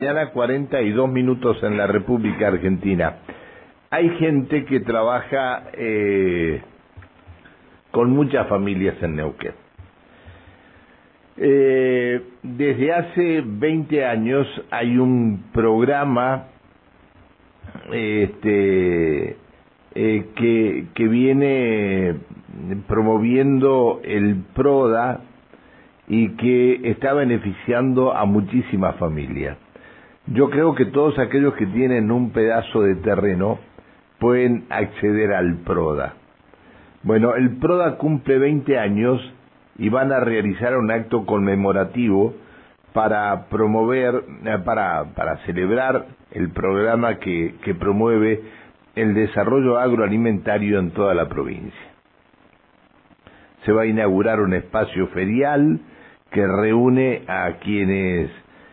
Mañana 42 minutos en la República Argentina. Hay gente que trabaja con muchas familias en Neuquén. Desde hace 20 años hay un programa que viene promoviendo el PRODA y que está beneficiando a muchísimas familias. Yo creo que todos aquellos que tienen un pedazo de terreno pueden acceder al PRODA. Bueno, el PRODA cumple 20 años y van a realizar un acto conmemorativo para promover, para celebrar el programa que promueve el desarrollo agroalimentario en toda la provincia. Se va a inaugurar un espacio ferial que reúne a quienes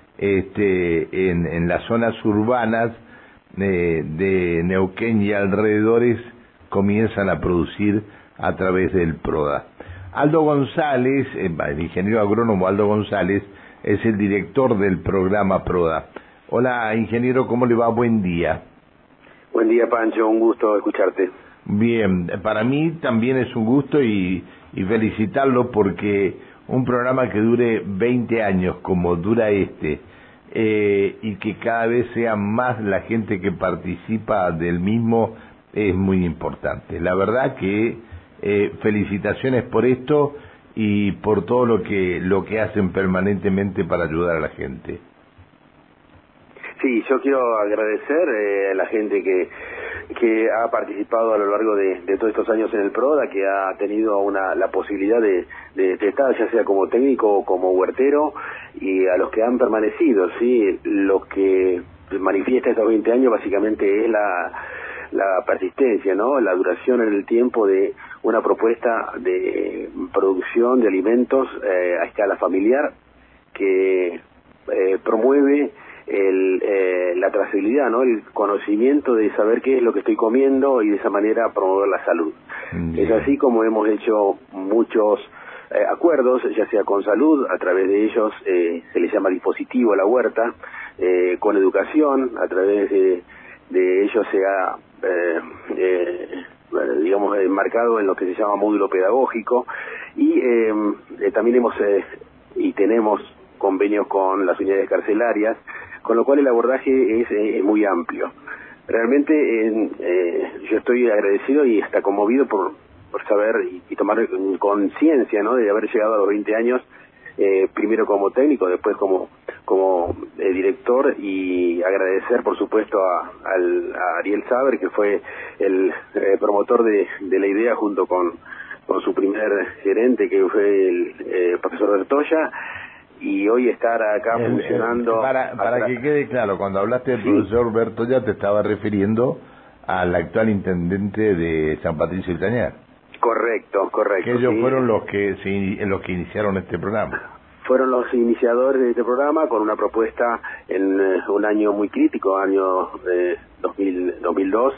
en las zonas urbanas de Neuquén y alrededores comienzan a producir a través del PRODA. Aldo González, el ingeniero agrónomo Aldo González, es el director del programa PRODA. Hola, ingeniero, ¿cómo le va? Buen día. Buen día, Pancho, un gusto escucharte. Bien, para mí también es un gusto y felicitarlo porque un programa que dure 20 años como dura y que cada vez sea más la gente que participa del mismo es muy importante. La verdad que felicitaciones por esto y por todo lo que hacen permanentemente para ayudar a la gente. Sí, yo quiero agradecer a la gente que ha participado a lo largo de todos estos años en el PRODA, que ha tenido la posibilidad de estar ya sea como técnico o como huertero, y a los que han permanecido, sí, lo que manifiesta estos 20 años básicamente es la persistencia, ¿no? La duración en el tiempo de una propuesta de producción de alimentos a escala familiar que promueve la trazabilidad, ¿no? El conocimiento de saber qué es lo que estoy comiendo y de esa manera promover la salud. Es así como hemos hecho muchos acuerdos, ya sea con salud, a través de ellos se les llama dispositivo a la huerta, con educación, a través de ellos se ha digamos enmarcado en lo que se llama módulo pedagógico, y también hemos y tenemos convenios con las unidades carcelarias, con lo cual el abordaje es muy amplio. Realmente yo estoy agradecido y hasta conmovido por saber y tomar conciencia, ¿no?, de haber llegado a los 20 años, primero como técnico, después como director, y agradecer por supuesto a Ariel Saber, que fue el promotor de la idea junto con su primer gerente, que fue el profesor Bertoya, y hoy estar acá funcionando... Para que quede claro, cuando hablaste del profesor Bertoya te estaba refiriendo al actual intendente de San Patricio del Chañar. Correcto. Que ellos fueron los que iniciaron este programa. Fueron los iniciadores de este programa con una propuesta en un año muy crítico, año 2002,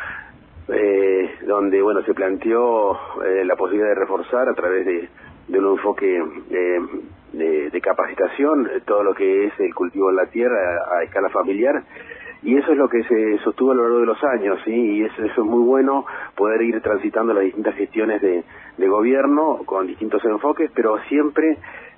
donde bueno se planteó la posibilidad de reforzar a través de un enfoque de capacitación todo lo que es el cultivo en la tierra a escala familiar, y eso es lo que se sostuvo a lo largo de los años, ¿sí? Y eso es muy bueno, poder ir transitando las distintas gestiones de gobierno con distintos enfoques, pero siempre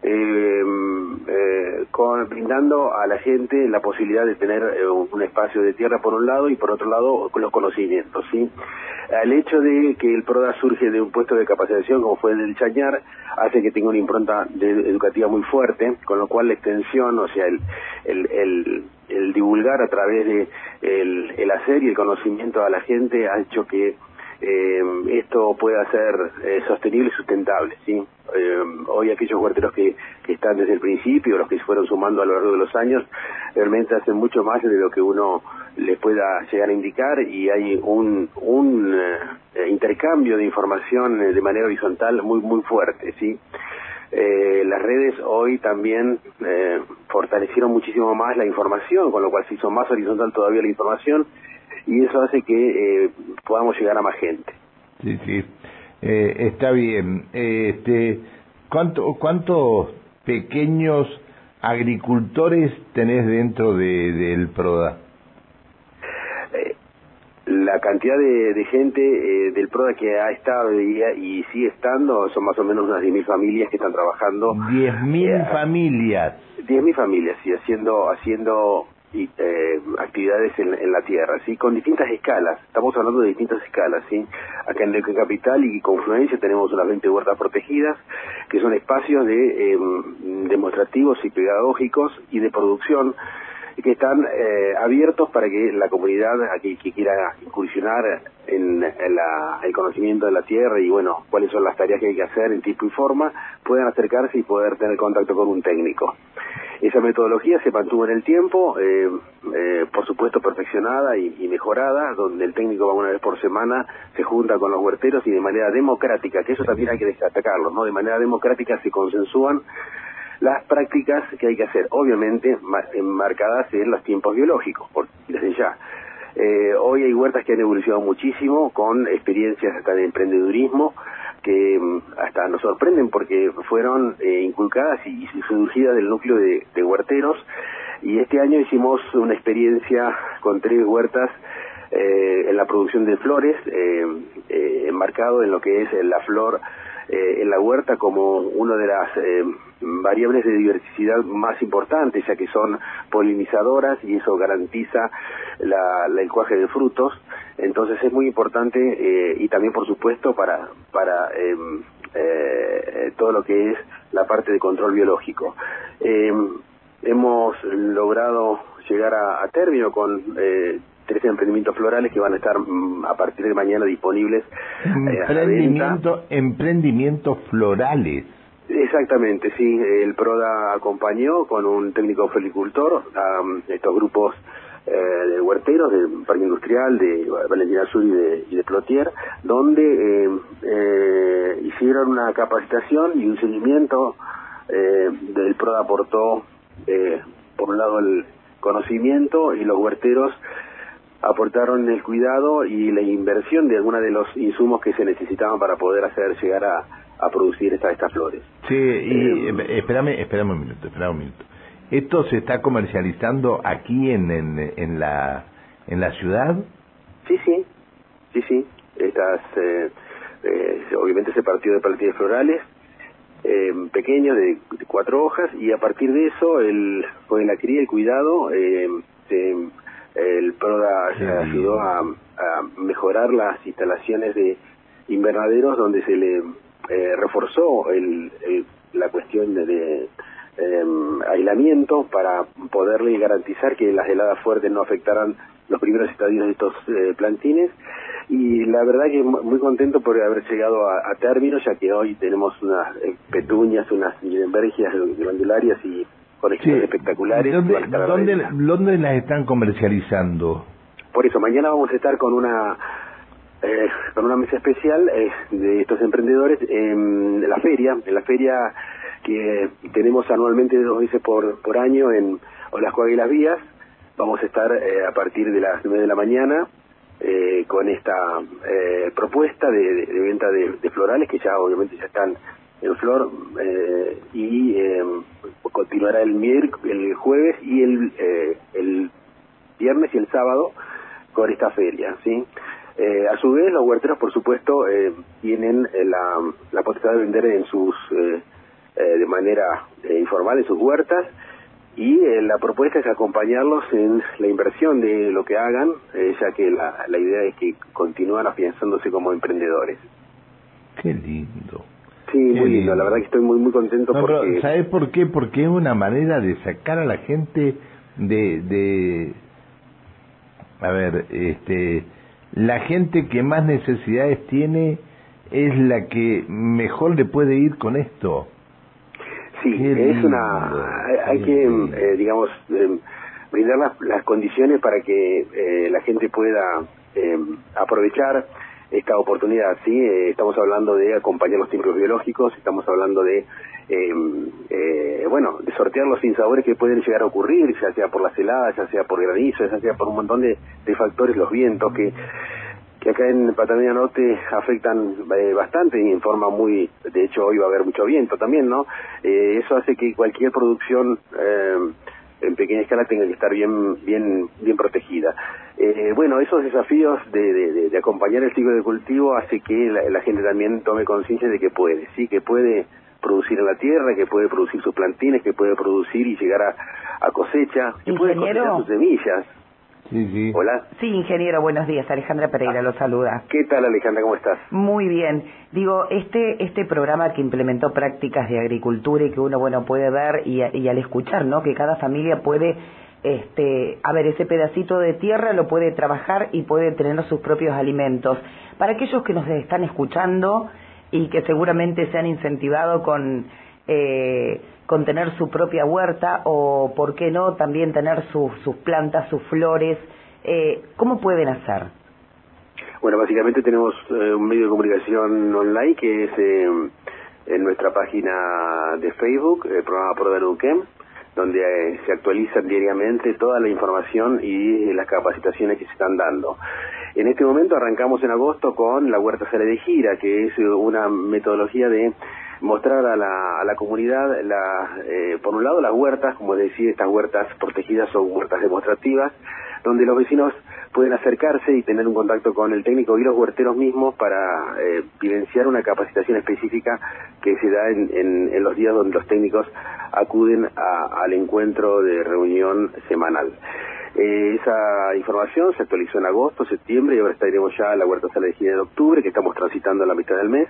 brindando a la gente la posibilidad de tener un espacio de tierra por un lado y por otro lado con los conocimientos, ¿sí? El hecho de que el PRODA surge de un puesto de capacitación como fue el del Chañar hace que tenga una impronta educativa muy fuerte, con lo cual la extensión, o sea, el divulgar a través de el hacer y el conocimiento a la gente ha hecho que esto pueda ser sostenible y sustentable, ¿sí? Hoy aquellos huerteros que están desde el principio, los que se fueron sumando a lo largo de los años, realmente hacen mucho más de lo que uno les pueda llegar a indicar, y hay un intercambio de información de manera horizontal muy fuerte, ¿sí? Las redes hoy también fortalecieron muchísimo más la información, con lo cual se hizo más horizontal todavía la información, y eso hace que podamos llegar a más gente. Sí, está bien. ¿Cuántos pequeños agricultores tenés dentro del PRODA? La cantidad de gente del PRODA que ha estado y sigue estando son más o menos unas 10.000 familias que están trabajando. 10.000 familias. 10.000 familias, sí, haciendo actividades en la tierra, sí, con distintas escalas. Estamos hablando de distintas escalas, sí. Acá en Neuquén Capital y Confluencia tenemos unas 20 huertas protegidas, que son espacios demostrativos y pedagógicos y de producción, que están abiertos para que la comunidad que quiera incursionar en el conocimiento de la tierra y bueno, cuáles son las tareas que hay que hacer en tiempo y forma, puedan acercarse y poder tener contacto con un técnico. Esa metodología se mantuvo en el tiempo, por supuesto perfeccionada y mejorada, donde el técnico va una vez por semana, se junta con los huerteros y de manera democrática, que eso también hay que destacarlo, ¿no? De manera democrática se consensúan las prácticas que hay que hacer, obviamente enmarcadas en los tiempos biológicos, desde ya. Hoy hay huertas que han evolucionado muchísimo, con experiencias hasta de emprendedurismo, que hasta nos sorprenden porque fueron inculcadas y surgidas del núcleo de huerteros, y este año hicimos una experiencia con 3 huertas en la producción de flores, enmarcado en lo que es la flor en la huerta como una de las variables de diversidad más importantes, ya que son polinizadoras y eso garantiza el cuaje de frutos. Entonces es muy importante y también por supuesto para todo lo que es la parte de control biológico. Hemos logrado llegar a término con 13 emprendimientos florales que van a estar a partir de mañana disponibles. Emprendimientos florales. Exactamente, sí. El PRODA acompañó con un técnico floricultor a estos grupos de huerteros del Parque Industrial de Valentina Sur y de Plotier, donde hicieron una capacitación y un seguimiento. Del PRODA aportó por un lado el conocimiento y los huerteros aportaron el cuidado y la inversión de algunos de los insumos que se necesitaban para poder hacer llegar a producir estas flores. Sí, y espérame un minuto. ¿Esto se está comercializando aquí en la ciudad? Sí. Estas, obviamente se partió de plantillas florales pequeños de 4 hojas y a partir de eso, con la cría y cuidado, el PRODA ayudó a mejorar las instalaciones de invernaderos donde se le reforzó la cuestión de aislamiento para poderle garantizar que las heladas fuertes no afectaran los primeros estadios de estos plantines, y la verdad que muy contento por haber llegado a término, ya que hoy tenemos unas petunias, unas lidenbergias glandularias y colecciones espectaculares. ¿Dónde las están comercializando? Por eso, mañana vamos a estar con una mesa especial de estos emprendedores en la feria que tenemos anualmente 2 veces por año en Olascoaga y Las Vías. Vamos a estar a partir de las 9 de la mañana con esta propuesta de venta de florales que ya obviamente ya están en flor, y continuará el jueves y el viernes y el sábado con esta feria, ¿sí? A su vez, los huerteros, por supuesto, tienen la potestad de vender de manera informal en sus huertas, y la propuesta es acompañarlos en la inversión de lo que hagan, ya que la idea es que continúan afianzándose como emprendedores. Qué lindo. Sí, muy lindo. La verdad que estoy muy muy contento porque... ¿Sabes por qué? Porque es una manera de sacar a la gente a ver, la gente que más necesidades tiene es la que mejor le puede ir con esto. Sí, hay que, digamos, brindar las condiciones para que la gente pueda aprovechar esta oportunidad, ¿sí? Estamos hablando de acompañar los tiempos biológicos, estamos hablando de sortear los sinsabores que pueden llegar a ocurrir, ya sea por las heladas, ya sea por granizo, ya sea por un montón de factores, los vientos, que que acá en Patagonia Norte afectan bastante y en forma muy... De hecho, hoy va a haber mucho viento también, ¿no? Eso hace que cualquier producción en pequeña escala tenga que estar bien protegida. Bueno, esos desafíos de acompañar el ciclo de cultivo hace que la gente también tome conciencia de que puede, ¿sí? Que puede producir en la tierra, que puede producir sus plantines, que puede producir y llegar a cosecha, que puede cosechar sus semillas. Sí, sí. Hola. Sí, ingeniero, buenos días. Alejandra Pereira lo saluda. ¿Qué tal, Alejandra? ¿Cómo estás? Muy bien. Digo, este programa que implementó prácticas de agricultura y que uno, puede ver y al escuchar, ¿no? Que cada familia puede, ese pedacito de tierra lo puede trabajar y puede tener sus propios alimentos. Para aquellos que nos están escuchando y que seguramente se han incentivado con tener su propia huerta o, ¿por qué no?, también tener sus plantas, sus flores. ¿Cómo pueden hacer? Bueno, básicamente tenemos un medio de comunicación online que es en nuestra página de Facebook, el programa Proda Neuquén, donde se actualizan diariamente toda la información y las capacitaciones que se están dando. En este momento arrancamos en agosto con la Huerta Sale de Gira, que es una metodología de mostrar a la comunidad, por un lado, las huertas, como decía, estas huertas protegidas son huertas demostrativas, donde los vecinos pueden acercarse y tener un contacto con el técnico y los huerteros mismos para vivenciar una capacitación específica que se da en los días donde los técnicos acuden al encuentro de reunión semanal. Esa información se actualizó en agosto, septiembre, y ahora estaremos ya en la Huerta Sale de Gira de octubre, que estamos transitando a la mitad del mes.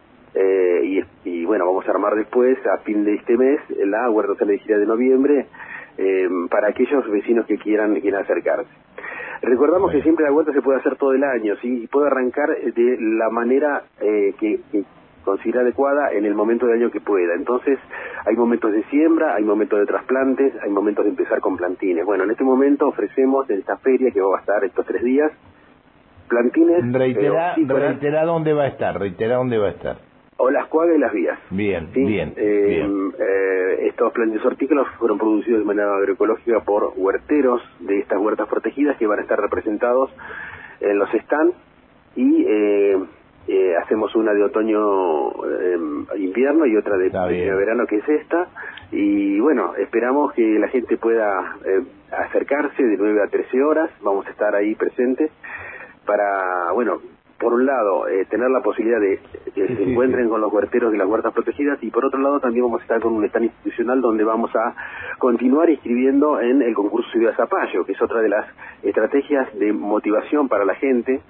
Y bueno, vamos a armar después, a fin de este mes, la Huerta Sale de Gira de noviembre, para aquellos vecinos que quieran acercarse. Recordamos que siempre la huerta se puede hacer todo el año, ¿sí? Y puede arrancar de la manera que considera adecuada en el momento del año que pueda. Entonces, hay momentos de siembra, hay momentos de trasplantes, hay momentos de empezar con plantines. Bueno, en este momento ofrecemos en esta feria que va a estar estos 3 días, plantines... Reitera dónde va a estar. O las cuadras y las vías. Bien, ¿sí? bien. Estos plantines hortícolas fueron producidos de manera agroecológica por huerteros de estas huertas protegidas que van a estar representados en los stands y hacemos una de otoño-invierno y otra de verano, que es esta. Y bueno, esperamos que la gente pueda acercarse de 9 a 13 horas. Vamos a estar ahí presentes para, por un lado, tener la posibilidad de que se encuentren con los huerteros de las huertas protegidas, y por otro lado también vamos a estar con un stand institucional donde vamos a continuar inscribiendo en el concurso Ciudad Zapallo, que es otra de las estrategias de motivación para la gente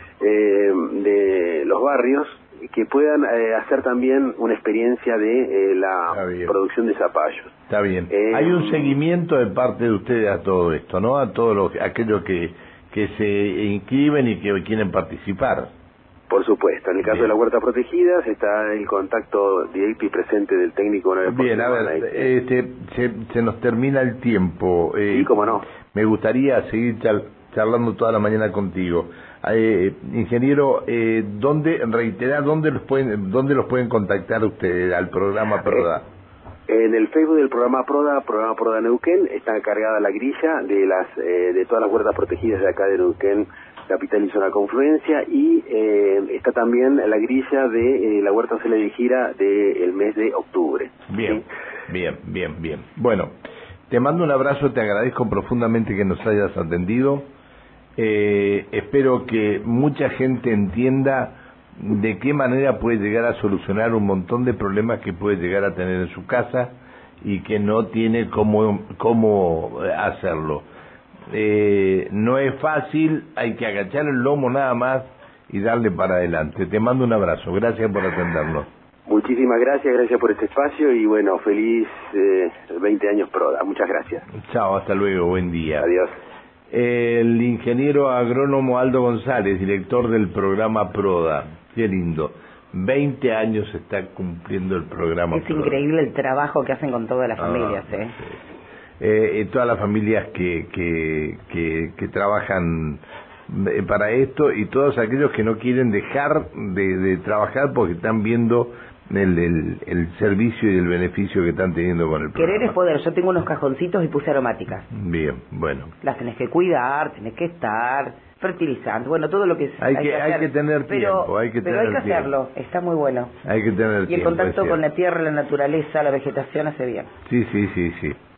de los barrios, que puedan hacer también una experiencia de la producción de zapallos. Está bien. Hay un seguimiento de parte de ustedes a todo esto, ¿no? A todos aquellos que se inscriben y que quieren participar. Por supuesto, en el caso de las huertas protegidas está el contacto directo y presente del técnico. Bien, a ver, se nos termina el tiempo. Sí, cómo no. Me gustaría seguir charlando toda la mañana contigo. Ingeniero, ¿dónde los pueden contactar ustedes al programa PRODA? En el Facebook del programa Proda Neuquén, está cargada la grilla de todas las huertas protegidas de acá de Neuquén, capital y zona confluencia, y está también la grilla de la Huerta Sale de Gira del mes de octubre. Bien, ¿sí? bien. Bueno, te mando un abrazo, te agradezco profundamente que nos hayas atendido. Espero que mucha gente entienda de qué manera puede llegar a solucionar un montón de problemas que puede llegar a tener en su casa y que no tiene cómo hacerlo. No es fácil, hay que agachar el lomo nada más y darle para adelante. Te mando un abrazo, gracias por atendernos. Muchísimas gracias por este espacio y bueno, feliz 20 años PRODA, muchas gracias. Chao, hasta luego, buen día. Adiós. El ingeniero agrónomo Aldo González, director del programa PRODA. Qué lindo. 20 años está cumpliendo el programa Es PRODA. Increíble el trabajo que hacen con todas las familias, todas las familias que trabajan para esto y todos aquellos que no quieren dejar de trabajar porque están viendo el servicio y el beneficio que están teniendo con el programa. Querer es poder. Yo tengo unos cajoncitos y puse aromáticas. Bien, bueno. Las tenés que cuidar, tenés que estar, fertilizantes, bueno, todo lo que hay que tener tiempo, hay que hacerlo, está muy bueno. Hay que tener tiempo. Y el contacto con la tierra, la naturaleza, la vegetación hace bien. Sí.